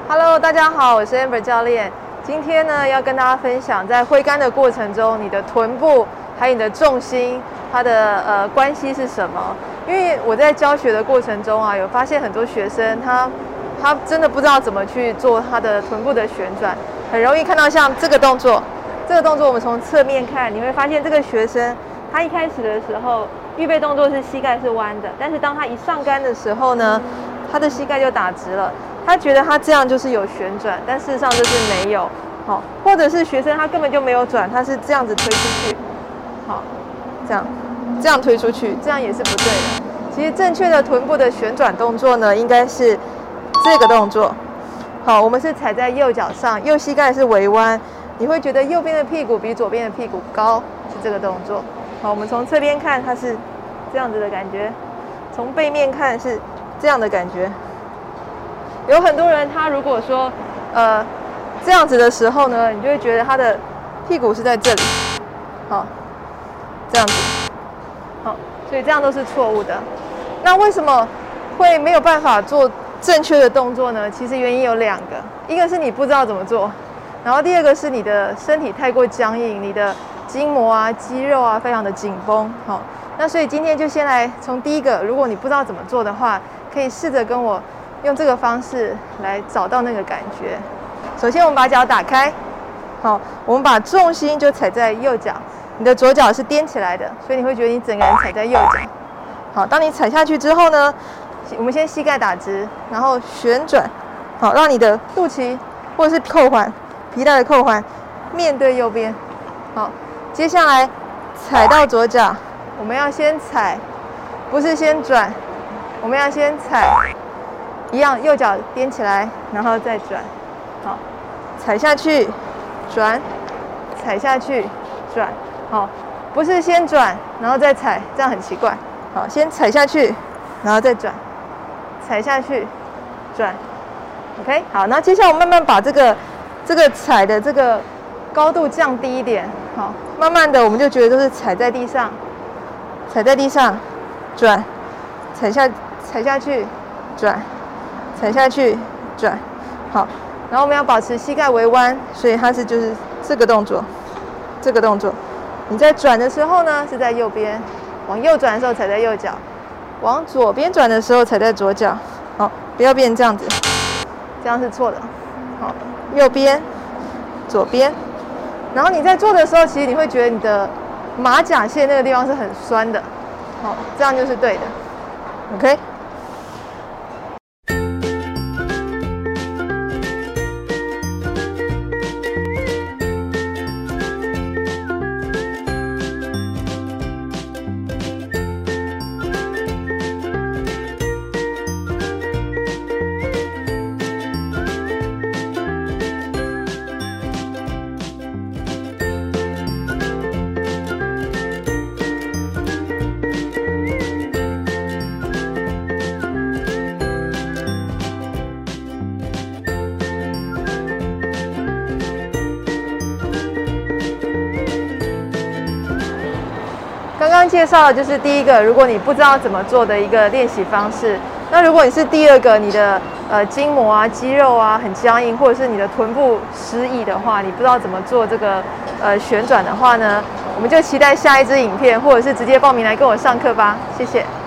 Hello， 大家好，我是 Amber 教练。今天呢，要跟大家分享，在挥杆的过程中，你的臀部还有你的重心，它的关系是什么？因为我在教学的过程中啊，有发现很多学生他真的不知道怎么去做他的臀部的旋转，很容易看到像这个动作。这个动作我们从侧面看，你会发现这个学生他一开始的时候，预备动作是膝盖是弯的，但是当他一上杆的时候呢，他的膝盖就打直了。他觉得他这样就是有旋转，但事实上这是没有。好，或者是学生他根本就没有转，他是这样子推出去。好，这样推出去，这样也是不对的。其实正确的臀部的旋转动作呢，应该是这个动作。好，我们是踩在右脚上，右膝盖是微弯，你会觉得右边的屁股比左边的屁股高，是这个动作。好，我们从侧边看，它是这样子的感觉；从背面看是这样的感觉。有很多人，他如果说，这样子的时候呢，你就会觉得他的屁股是在这里，好，这样子，好，所以这样都是错误的。那为什么会没有办法做正确的动作呢？其实原因有两个，一个是你不知道怎么做，然后第二个是你的身体太过僵硬，你的筋膜啊、肌肉啊非常的紧绷，好，那所以今天就先来从第一个，如果你不知道怎么做的话，可以试着跟我用这个方式来找到那个感觉。首先我们把脚打开，好，我们把重心就踩在右脚，你的左脚是踮起来的，所以你会觉得你整个人踩在右脚。好，当你踩下去之后呢，我们先膝盖打直，然后旋转，好，让你的肚脐或者是扣环、皮带的扣环面对右边。好，接下来踩到左脚，我们要先踩，不是先转，我们要先踩。一样，右脚踮起来，然后再转，好，踩下去，转，踩下去，转，好，不是先转，然后再踩，这样很奇怪。好，先踩下去，然后再转，踩下去，转 ，OK， 好，那接下来我们慢慢把这个踩的这个高度降低一点，好，慢慢的我们就觉得都是踩在地上，转，踩下去，转。踩下去，转，好，然后我们要保持膝盖微弯，所以它就是这个动作，你在转的时候呢是在右边，往右转的时候踩在右脚，往左边转的时候踩在左脚，好，不要变成这样子，这样是错的，好，右边，左边，然后你在做的时候，其实你会觉得你的马甲线那个地方是很酸的，好，这样就是对的 ，OK。刚刚介绍的就是第一个，如果你不知道怎么做的一个练习方式。那如果你是第二个，你的筋膜啊、肌肉啊很僵硬，或者是你的臀部失忆的话，你不知道怎么做这个旋转的话呢，我们就期待下一支影片，或者是直接报名来跟我上课吧。谢谢。